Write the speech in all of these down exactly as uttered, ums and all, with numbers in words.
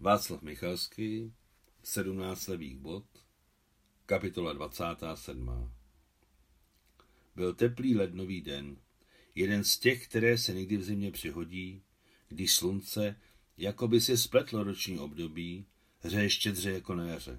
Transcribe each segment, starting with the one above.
Václav Michalský, sedmnáct levých bod, kapitola dvacátá sedmá. Byl teplý lednový den, jeden z těch, které se někdy v zimě přihodí, když slunce, jako by si spletlo roční období, hřeje štědře jako na jaře.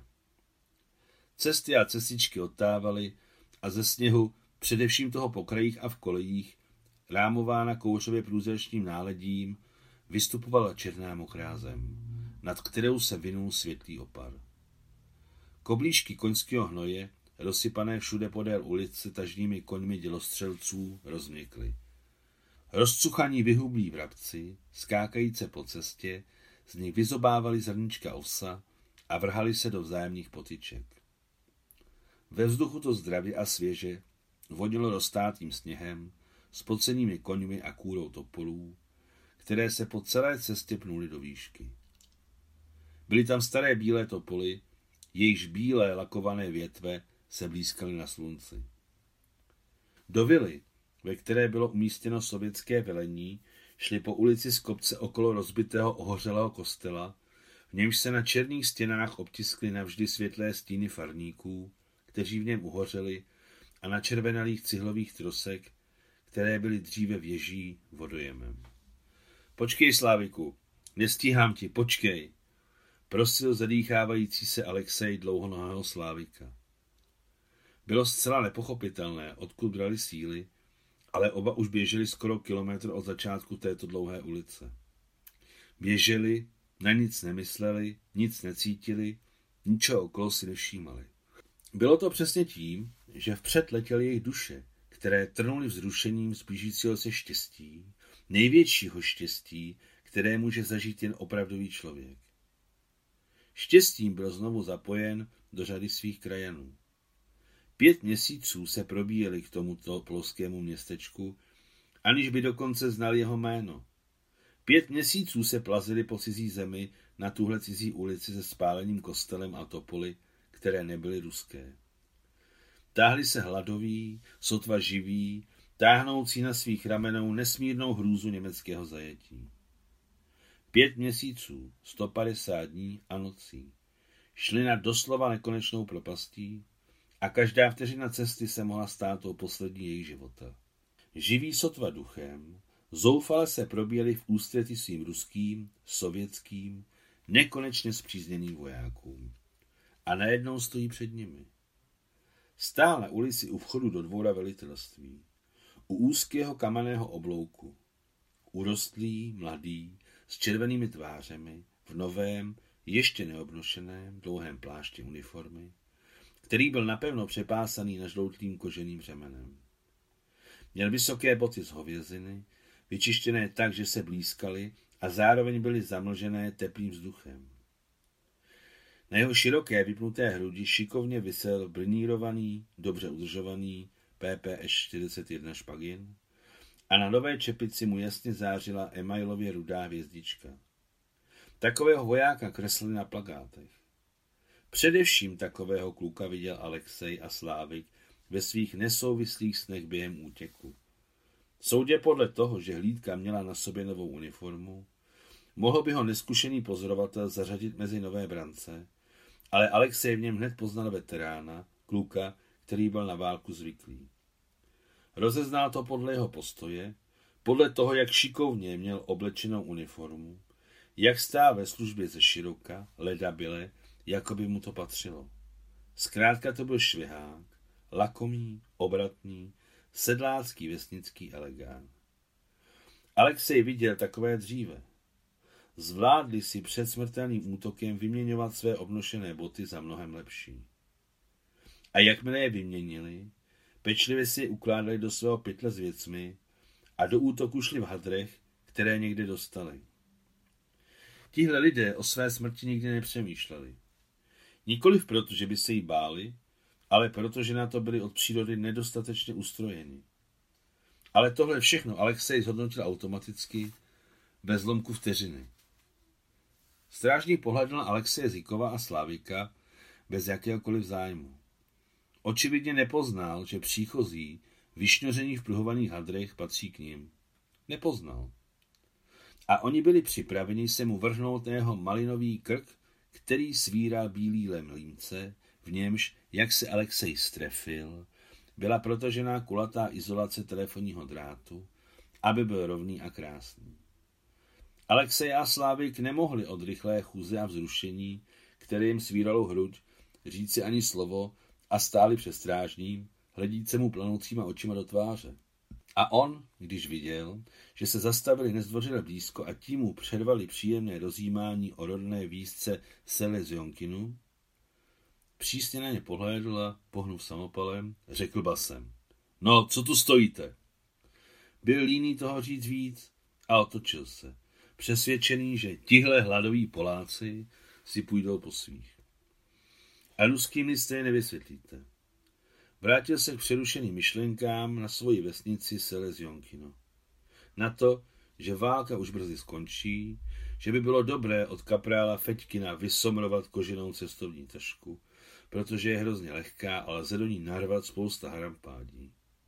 Cesty a cestičky odtávaly a ze sněhu, především toho po krajích a v kolejích, rámována kouřově průzračným náledím, vystupovala černá mokrá zem, nad kterou se vinul světlý opar. Koblížky koňského hnoje, rozsypané všude podél ulice tažnými koňmi dělostřelců, rozměkly. Rozcuchaní vyhublí vrabci, skákajíce po cestě, z nich vyzobávali zrníčka ovsa a vrhali se do vzájemných potyček. Ve vzduchu to zdravě a svěže vonilo roztátým sněhem, spocenými koňmi a kůrou topolů, které se po celé cestě pnuly do výšky. Byly tam staré bílé topoly, jejichž bílé lakované větve se blýskaly na slunci. Do vily, ve které bylo umístěno sovětské velení, šli po ulici z kopce okolo rozbitého ohořelého kostela, v němž se na černých stěnách obtiskly navždy světlé stíny farníků, kteří v něm uhořeli, a na červenalých cihlových trosek, které byly dříve věží vodojemem. Počkej, Sláviku, nestíhám ti, počkej, prosil zadýchávající se Alexej dlouhonohého Slávika. Bylo zcela nepochopitelné, odkud brali síly, ale oba už běželi skoro kilometr od začátku této dlouhé ulice. Běželi, na nic nemysleli, nic necítili, ničeho okolo si nevšímali. Bylo to přesně tím, že vpřed letěly jejich duše, které trnuly vzrušením z blížícího se štěstí, největšího štěstí, které může zažít jen opravdový člověk. Štěstím byl znovu zapojen do řady svých krajanů. Pět měsíců se probíjeli k tomuto polskému městečku, aniž by dokonce znali jeho jméno. Pět měsíců se plazili po cizí zemi na tuhle cizí ulici se spáleným kostelem a topoly, které nebyly ruské. Táhli se hladoví, sotva živí, táhnoucí na svých ramenou nesmírnou hrůzu německého zajetí. Pět měsíců, sto padesát dní a nocí, šli na doslova nekonečnou propastí a každá vteřina cesty se mohla stát tou poslední jejich života. Živí sotva duchem, zoufale se probíjeli v ústřety svým ruským, sovětským, nekonečně spřízněným vojákům. A najednou stojí před nimi. Stál na ulici u vchodu do dvora velitelství, u úzkého kamenného oblouku, urostlý, mladý, s červenými tvářemi, v novém, ještě neobnošeném, dlouhém plášti uniformy, který byl napevno přepásaný nažloutlým koženým řemenem. Měl vysoké boty z hověziny, vyčištěné tak, že se blýskaly a zároveň byly zamlžené teplým vzduchem. Na jeho široké vypnuté hrudi šikovně visel brnírovaný, dobře udržovaný P P S čtyřicet jedna špagin a na nové čepici mu jasně zářila emailově rudá hvězdička. Takového vojáka kreslili na plakátech. Především takového kluka viděl Alexej a Slávik ve svých nesouvislých snech během útěku. Soudě podle toho, že hlídka měla na sobě novou uniformu, mohl by ho neskušený pozorovatel zařadit mezi nové brance, ale Alexej v něm hned poznal veterána, kluka, který byl na válku zvyklý. Rozeznal to podle jeho postoje, podle toho, jak šikovně měl oblečenou uniformu, jak stál ve službě ze široka, ledabyle, jako by mu to patřilo. Zkrátka to byl švihák, lakomý, obratný, sedlácký vesnický elegán. Alexej viděl takové dříve. Zvládli si před smrtelným útokem vyměňovat své obnošené boty za mnohem lepší. A jakmile je vyměnili, pečlivě si je ukládali do svého pytle s věcmi a do útoku šli v hadrech, které někde dostali. Tihle lidé o své smrti nikdy nepřemýšleli. Nikoliv proto, že by se jí báli, ale proto, že na to byli od přírody nedostatečně ustrojeni. Ale tohle všechno Alexej zhodnotil automaticky, bez zlomku vteřiny. Strážník pohledl na Alexeje Zikova a Slávika bez jakéhokoliv zájmu. Očividně nepoznal, že příchozí, vyšňoření v pruhovaných hadrech, patří k nim. Nepoznal. a oni byli připraveni se mu vrhnout na jeho malinový krk, který svíral bílý lemlínce, v němž, jak se Alexej strefil, byla protažená kulatá izolace telefonního drátu, aby byl rovný a krásný. Alexej a Slávik nemohli od rychlé chůze a vzrušení, které jim svíralo hruď, říci ani slovo a stáli před strážním, hledíce mu planoucíma očima do tváře. A on, když viděl, že se zastavili nezdvořile blízko a tím mu přervali příjemné rozjímání o rodné vísce Selezionkinu, přísně na ně pohlédl a, pohnув samopalem, řekl basem. No, co tu stojíte? Byl líný toho říct víc a otočil se, přesvědčený, že tihle hladoví Poláci si půjdou po svých. A ruským nic je nevysvětlíte. Vrátil se k přerušeným myšlenkám na svoji vesnici Selezionkino. Na to, že válka už brzy skončí, že by bylo dobré od kaprála Feďkina vysomrovat koženou cestovní tašku, protože je hrozně lehká a lze do ní narvat spousta harampádí.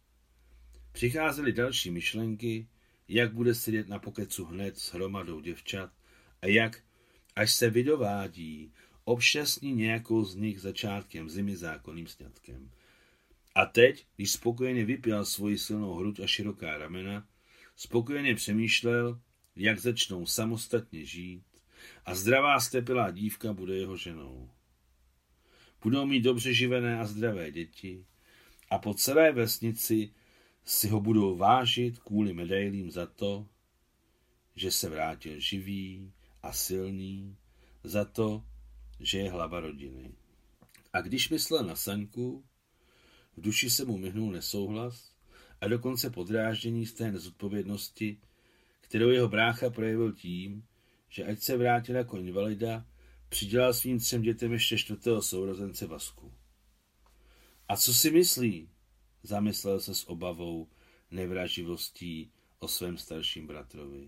Přicházely další myšlenky, jak bude sedět na pokecu hned s hromadou děvčat a jak, až se vydovádí, obšťastní nějakou z nich začátkem zimy zákonným sňatkem. A teď, když spokojeně vypěl svoji silnou hruď a široká ramena, spokojeně přemýšlel, jak začnou samostatně žít a zdravá stepilá dívka bude jeho ženou. Budou mít dobře živené a zdravé děti a po celé vesnici si ho budou vážit kvůli medailím za to, že se vrátil živý a silný, za to, že je hlava rodiny. A když myslel na Saňku, v duši se mu myhnul nesouhlas a dokonce podráždění z té nezodpovědnosti, kterou jeho brácha projevil tím, že ať se vrátil jako invalida, přidělal svým třem dětem ještě čtvrtého sourozence Vasku. A co si myslí? Zamyslel se s obavou, nevraživostí o svém starším bratrovi.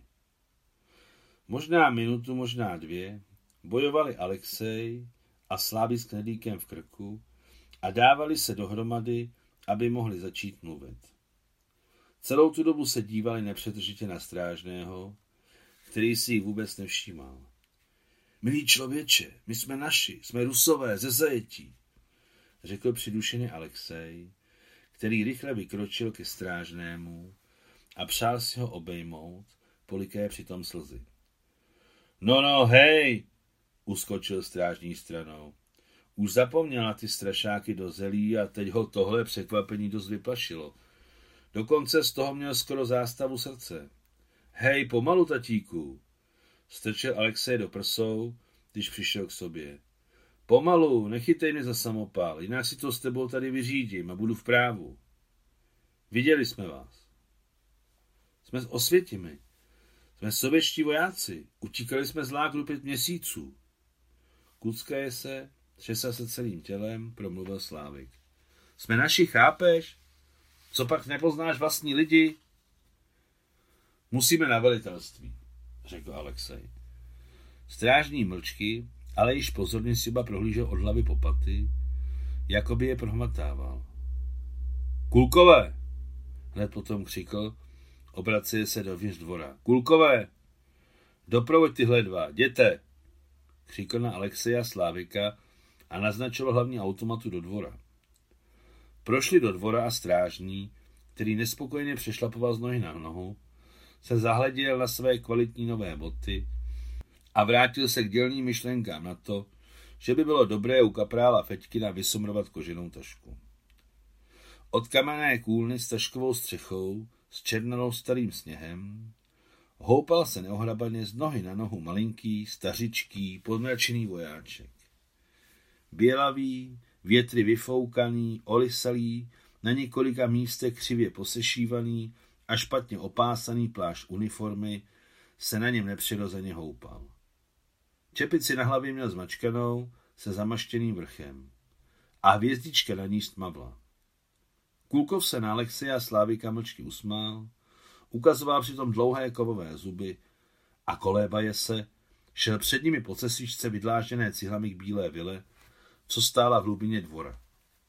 Možná minutu, možná dvě bojovali Alexej a Slávy s knedlíkem v krku a dávali se dohromady, aby mohli začít mluvit. Celou tu dobu se dívali nepřetržitě na strážného, který si ji vůbec nevšímal. Milý člověče, my jsme naši, jsme Rusové ze zajetí, řekl přidušeně Alexej, který rychle vykročil ke strážnému a přál si ho obejmout, poliké přitom slzy. No, no, hej, uskočil strážní stranou. Už zapomněl na ty strašáky do zelí a teď ho tohle překvapení dost vyplašilo. Dokonce z toho měl skoro zástavu srdce. Hej, pomalu, tatíku, strčil Alexej do prsou, když přišel k sobě. Pomalu, nechytej mě za samopal, jinak si to s tebou tady vyřídím a budu v právu. Viděli jsme vás. Jsme z Osvětimi. Jsme sovětští vojáci. Utíkali jsme z lágru pět měsíců. Kuckaje se, třesal se celým tělem, promluvil Slávik. Jsme naši, chápeš? Co pak nepoznáš vlastní lidi? Musíme na velitelství, řekl Alexej. Strážní mlčky, ale již pozorně si oba prohlížel od hlavy po paty, jako by je prohmatával. Kulkové! Hned potom křikl, obraceje se dovnitř dvora. Kulkové! Doprovoď tyhle dva, jděte! Křikl na Alexeje a Slávika a naznačil hlavní automatu do dvora. Prošli do dvora a strážní, který nespokojeně přešlapoval z nohy na nohu, se zahleděl na své kvalitní nové boty a vrátil se k dělným myšlenkám na to, že by bylo dobré u kaprála Feďkina vysomrovat koženou tašku. Od kamenné kůlny s taškovou střechou, s černalou starým sněhem, houpal se neohrabaně z nohy na nohu malinký, stařičký, podmračený vojáček. Bělavý, větry vyfoukaný, olisalý, na několika místech křivě posešívaný a špatně opásaný plášť uniformy se na něm nepřirozeně houpal. Čepici na hlavě měl zmačkanou se zamaštěným vrchem a hvězdička na ní stmavla. Kulkov se na Alexeje a Slávika mlčky usmál, ukazoval přitom dlouhé kovové zuby a kolébaje se, šel před nimi po cestičce vydlážděné cihlami k bílé vile, co stála v hlubině dvora.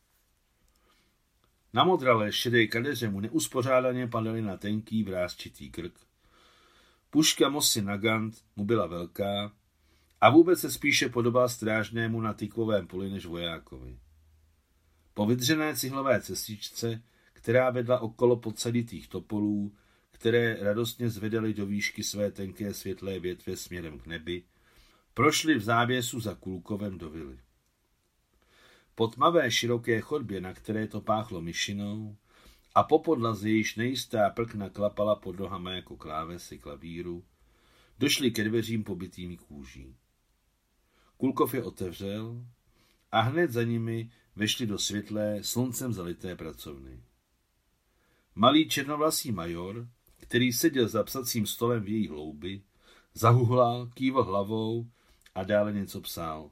Na modralé šedé kadeře mu neuspořádaně padaly na tenký vrásčitý krk. Puška Mosin Nagant mu byla velká a vůbec se spíše podobal strážnému na tykvovém poli než vojákovi. Po vydřené cihlové cestičce, která vedla okolo podsaditých topolů, které radostně zvedaly do výšky své tenké světlé větve směrem k nebi, prošli v závěsu za Kulkovem do vily. Po tmavé široké chodbě, na které to páchlo myšinou, a po podlaze jejíž nejistá prkna klapala pod nohama jako klávesy klavíru, došli ke dveřím pobytými kůží. Kulkov je otevřel a hned za nimi vešli do světlé, sluncem zalité pracovny. Malý černovlasý major, který seděl za psacím stolem v její hloubi, zahuhlal, kývl hlavou a dále něco psal.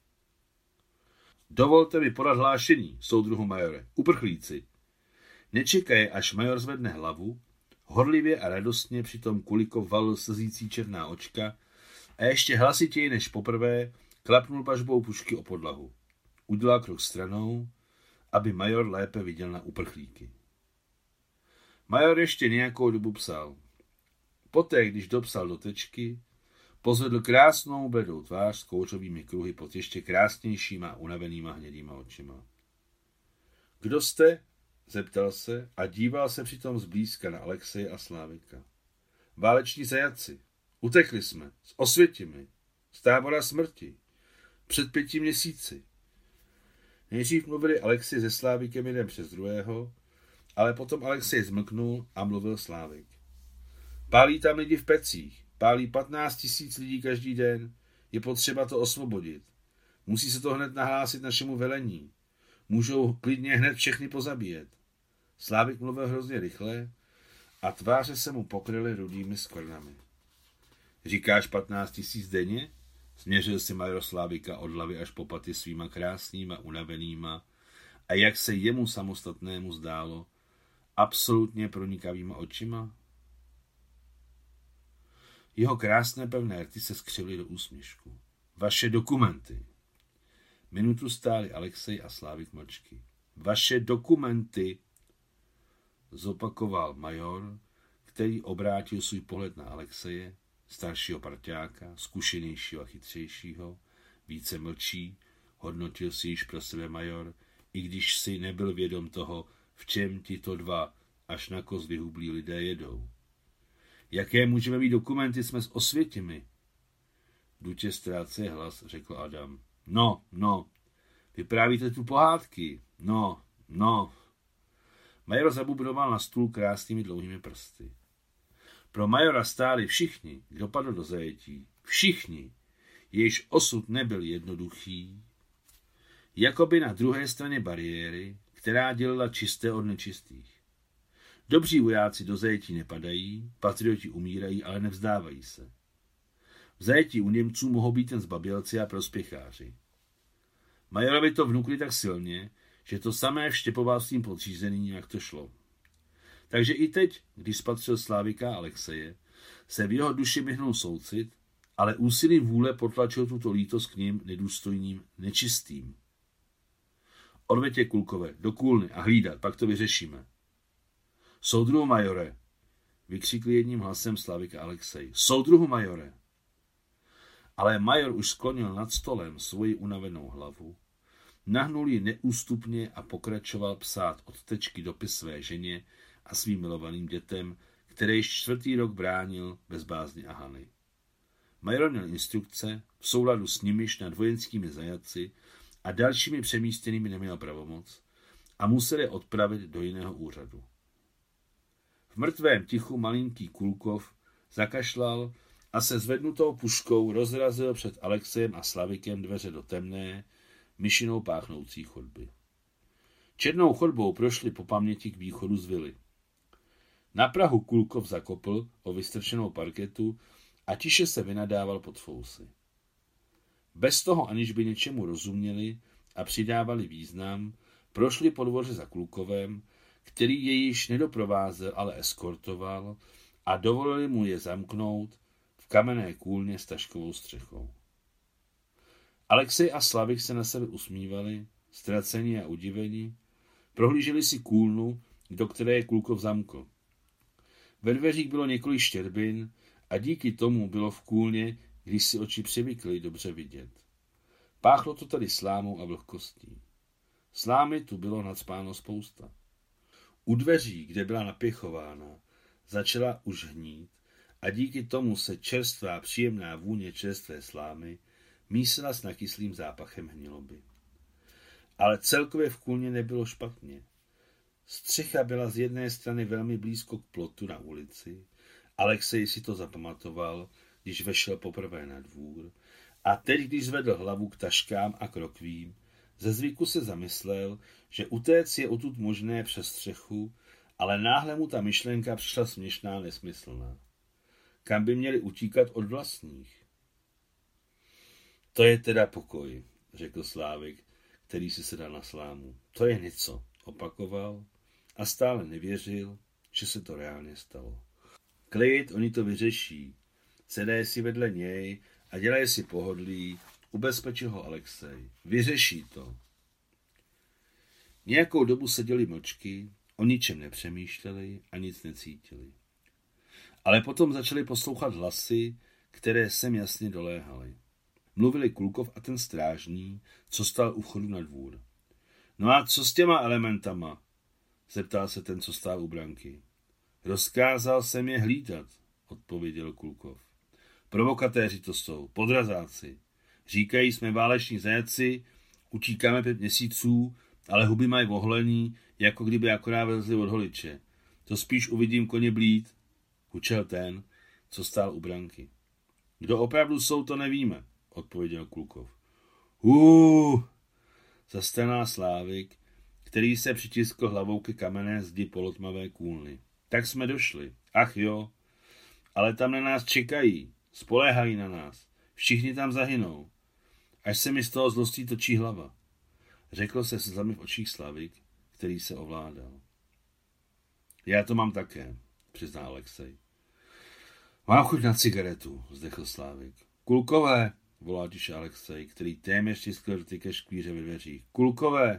Dovolte mi podat hlášení, soudruhu majore, uprchlíci. Nečekaje, až major zvedne hlavu, horlivě a radostně přitom Kulikov valil slzící černá očka a ještě hlasitěji než poprvé klapnul pažbou pušky o podlahu. Udělal krok stranou, aby major lépe viděl na uprchlíky. Major ještě nějakou dobu psal. Poté, když dopsal do tečky, pozvedl krásnou bledou tvář s kouřovými kruhy pod ještě krásnějšíma unavenýma hnědýma očima. Kdo jste? Zeptal se a díval se přitom zblízka na Alexeje a Slávika. Váleční zajatci. Utekli jsme. S Osvětimi. Z tábora smrti. Před pěti měsíci. Nejdřív mluvili Alexej se Slávikem jeden přes druhého, ale potom Alexej zmlknul a mluvil Slávik. Pálí tam lidi v pecích. Pálí patnáct tisíc lidí každý den. Je potřeba to osvobodit. Musí se to hned nahlásit našemu velení. Můžou klidně hned všechny pozabíjet. Slávik mluvil hrozně rychle a tváře se mu pokryly rudými skvrnami. Říkáš patnáct tisíc denně? Změřil si major Slávika od hlavy až po paty svýma krásnýma, unavenýma a jak se jemu samostatnému zdálo, absolutně pronikavýma očima. Jeho krásné pevné rty se skřivly do úsměšku. Vaše dokumenty. Minutu stáli Alexej a Slávik mlčky. Vaše dokumenty, zopakoval major, který obrátil svůj pohled na Alexeje, staršího parťáka, zkušenějšího a chytřejšího, více mlčí, hodnotil si již pro sebe major, i když si nebyl vědom toho, v čem tito dva až na koz vyhublí lidé jedou. Jaké můžeme mít dokumenty, jsme s Osvětimi? Dutě ztráceje hlas, řekl Adam. No, no, vyprávíte tu pohádky. No, no. Major zabubnoval na stůl krásnými dlouhými prsty. Pro majora stáli všichni, kdo padl do zajetí. Všichni, jejichž osud nebyl jednoduchý, jakoby na druhé straně bariéry, která dělila čisté od nečistých. Dobří vojáci do zajetí nepadají, patrioti umírají, ale nevzdávají se. V zajetí u Němců mohou být jen zbabělci a prospěcháři. Majorovi to vnukli tak silně, že to samé vštěpoval svým podřízeným, jak to šlo. Takže i teď, když spatřil Slávika a Alexeje, se v jeho duši myhnul soucit, ale úsilím vůle potlačil tuto lítost k nim nedůstojným, nečistým. Odveďte, Kulkové, do kůlny a hlídat, pak to vyřešíme. Soudruhu majore, vykřikli jedním hlasem Slávik a Alexej. Soudruhu majore. Ale major už sklonil nad stolem svoji unavenou hlavu, nahnul ji neústupně a pokračoval psát od tečky dopis své ženě a svým milovaným dětem, které již čtvrtý rok bránil bez bázně a hany. Major měl instrukce, v souladu s nimiž nad vojenskými zajatci a dalšími přemístěnými neměl pravomoc a musel je odpravit do jiného úřadu. V mrtvém tichu malinký Kulkov zakašlal a se zvednutou puškou rozrazil před Alexejem a Slavikem dveře do temné, myšinou páchnoucí chodby. Černou chodbou prošli po paměti k východu z vily. Na prahu Kulkov zakopl o vystrčenou parketu a tiše se vynadával pod fousy. Bez toho, aniž by něčemu rozuměli a přidávali význam, prošli po dvoře za Kulkovem, který je již nedoprovázel, ale eskortoval a dovolili mu je zamknout v kamenné kůlně s taškovou střechou. Alexej a Slavik se na sebe usmívali, ztraceni a udiveni, prohlíželi si kůlnu, do které je Kulkov zamkl. Ve dveřích bylo několik štěrbin a díky tomu bylo v kůlně, když si oči přivykly, dobře vidět. Páchlo to tady slámou a vlhkostí. Slámy tu bylo nacpáno spousta. U dveří, kde byla napěchována, začala už hnít a díky tomu se čerstvá příjemná vůně čerstvé slámy mísila s nakyslým zápachem hniloby. Ale celkově v kůlně nebylo špatně. Střecha byla z jedné strany velmi blízko k plotu na ulici, Alexej si to zapamatoval, když vešel poprvé na dvůr, a teď, když zvedl hlavu k taškám a krokvím, ze zvyku se zamyslel, že utéct je odtud možné přes střechu, ale náhle mu ta myšlenka přišla směšná, nesmyslná. Kam by měli utíkat od vlastních? To je teda pokoj, řekl Slávek, který si sedal na slámu. To je něco, opakoval a stále nevěřil, že se to reálně stalo. Klid, oni to vyřeší. Sedej si vedle něj a dělej si pohodlí, ubezpečil ho Alexej. Vyřeší to. Nějakou dobu seděli mlčky, o ničem nepřemýšleli a nic necítili. Ale potom začali poslouchat hlasy, které sem jasně doléhaly. Mluvili Kulkov a ten strážný, co stál u vchodu na dvůr. No a co s těma elementama? Zeptal se ten, co stál u branky. Rozkázal jsem je hlídat, odpověděl Kulkov. Provokatéři to jsou, podrazáci. Říkají, jsme váleční zajaci, utíkáme pět měsíců, ale huby mají oholený, jako kdyby akorát vezli od holiče. To spíš uvidím koně blít, hučel ten, co stál u branky. Kdo opravdu jsou, to nevíme, odpověděl Kulkov. Hů, zastaná Slávik, který se přitiskl hlavou ke kamenné zdi polotmavé kůlny. Tak jsme došli. Ach jo, ale tam na nás čekají, spoléhají na nás. Všichni tam zahynou. Až se mi z toho zlostí točí hlava. Řekl se slzami v očích Slavik, který se ovládal. Já to mám také, přiznal Alexej. Mám chuť na cigaretu, vzdechl Slávik. Kulkové, volá tiše Alexej, který téměř tiskl rty ke škvíře ve dveřích. Kulkové!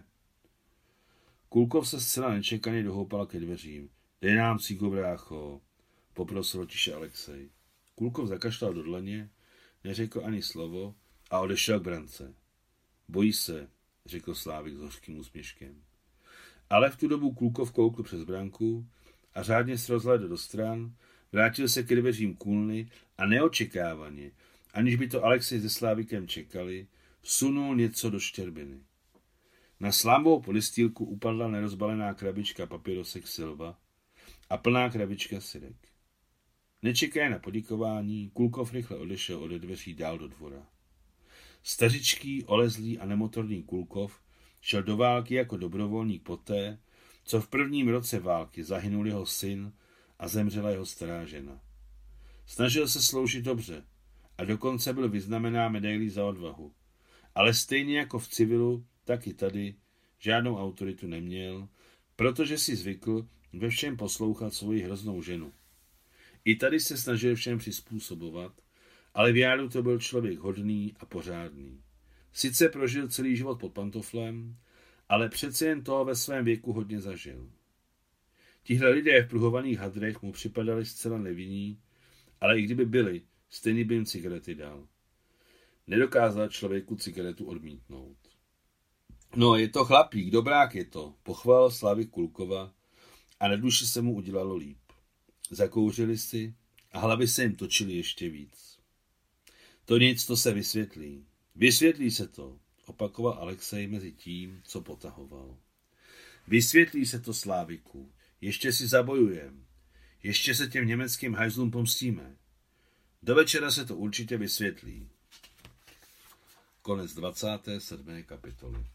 Kulkov se zcela nečekaně dohoupal ke dveřím. Dej nám cíku, brácho, poprosil tiše Alexej. Kulkov zakašlal do dlaně, neřekl ani slovo a odešel k brance. Bojí se, řekl Slávik s hořkým úsměškem. Ale v tu dobu Kulkov koukl přes branku a řádně se rozhlédl do stran, vrátil se ke dveřím kůlny a neočekávaně, aniž by to Alexej se Slávikem čekali, vsunul něco do štěrbiny. Na slámovou polistýlku upadla nerozbalená krabička papírosek Silva a plná krabička syrek. Nečekaje na poděkování, Kulkov rychle odešel ode dveří dál do dvora. Stařičký, olezlý a nemotorný Kulkov šel do války jako dobrovolník poté, co v prvním roce války zahynul jeho syn a zemřela jeho stará žena. Snažil se sloužit dobře a dokonce byl vyznamenán medailí za odvahu, ale stejně jako v civilu, tak i tady žádnou autoritu neměl, protože si zvykl ve všem poslouchat svoji hroznou ženu. I tady se snažil všem přizpůsobovat, ale v jádu to byl člověk hodný a pořádný. Sice prožil celý život pod pantoflem, ale přece jen toho ve svém věku hodně zažil. Tihle lidé v pruhovaných hadrech mu připadali zcela nevinní, ale i kdyby byli, stejně by jim cigarety dal. Nedokázal člověku cigaretu odmítnout. No, je to chlapík, dobrák je to, pochválil Slavik Kulkova a na duši se mu udělalo líp. Zakouřili si a hlavy se jim točily ještě víc. To nic, to se vysvětlí. Vysvětlí se to, opakoval Alexej mezi tím, co potahoval. Vysvětlí se to, Sláviku, ještě si zabojujem. Ještě se těm německým hajzlům pomstíme. Do večera se to určitě vysvětlí. Konec dvacáté sedmé kapitoly.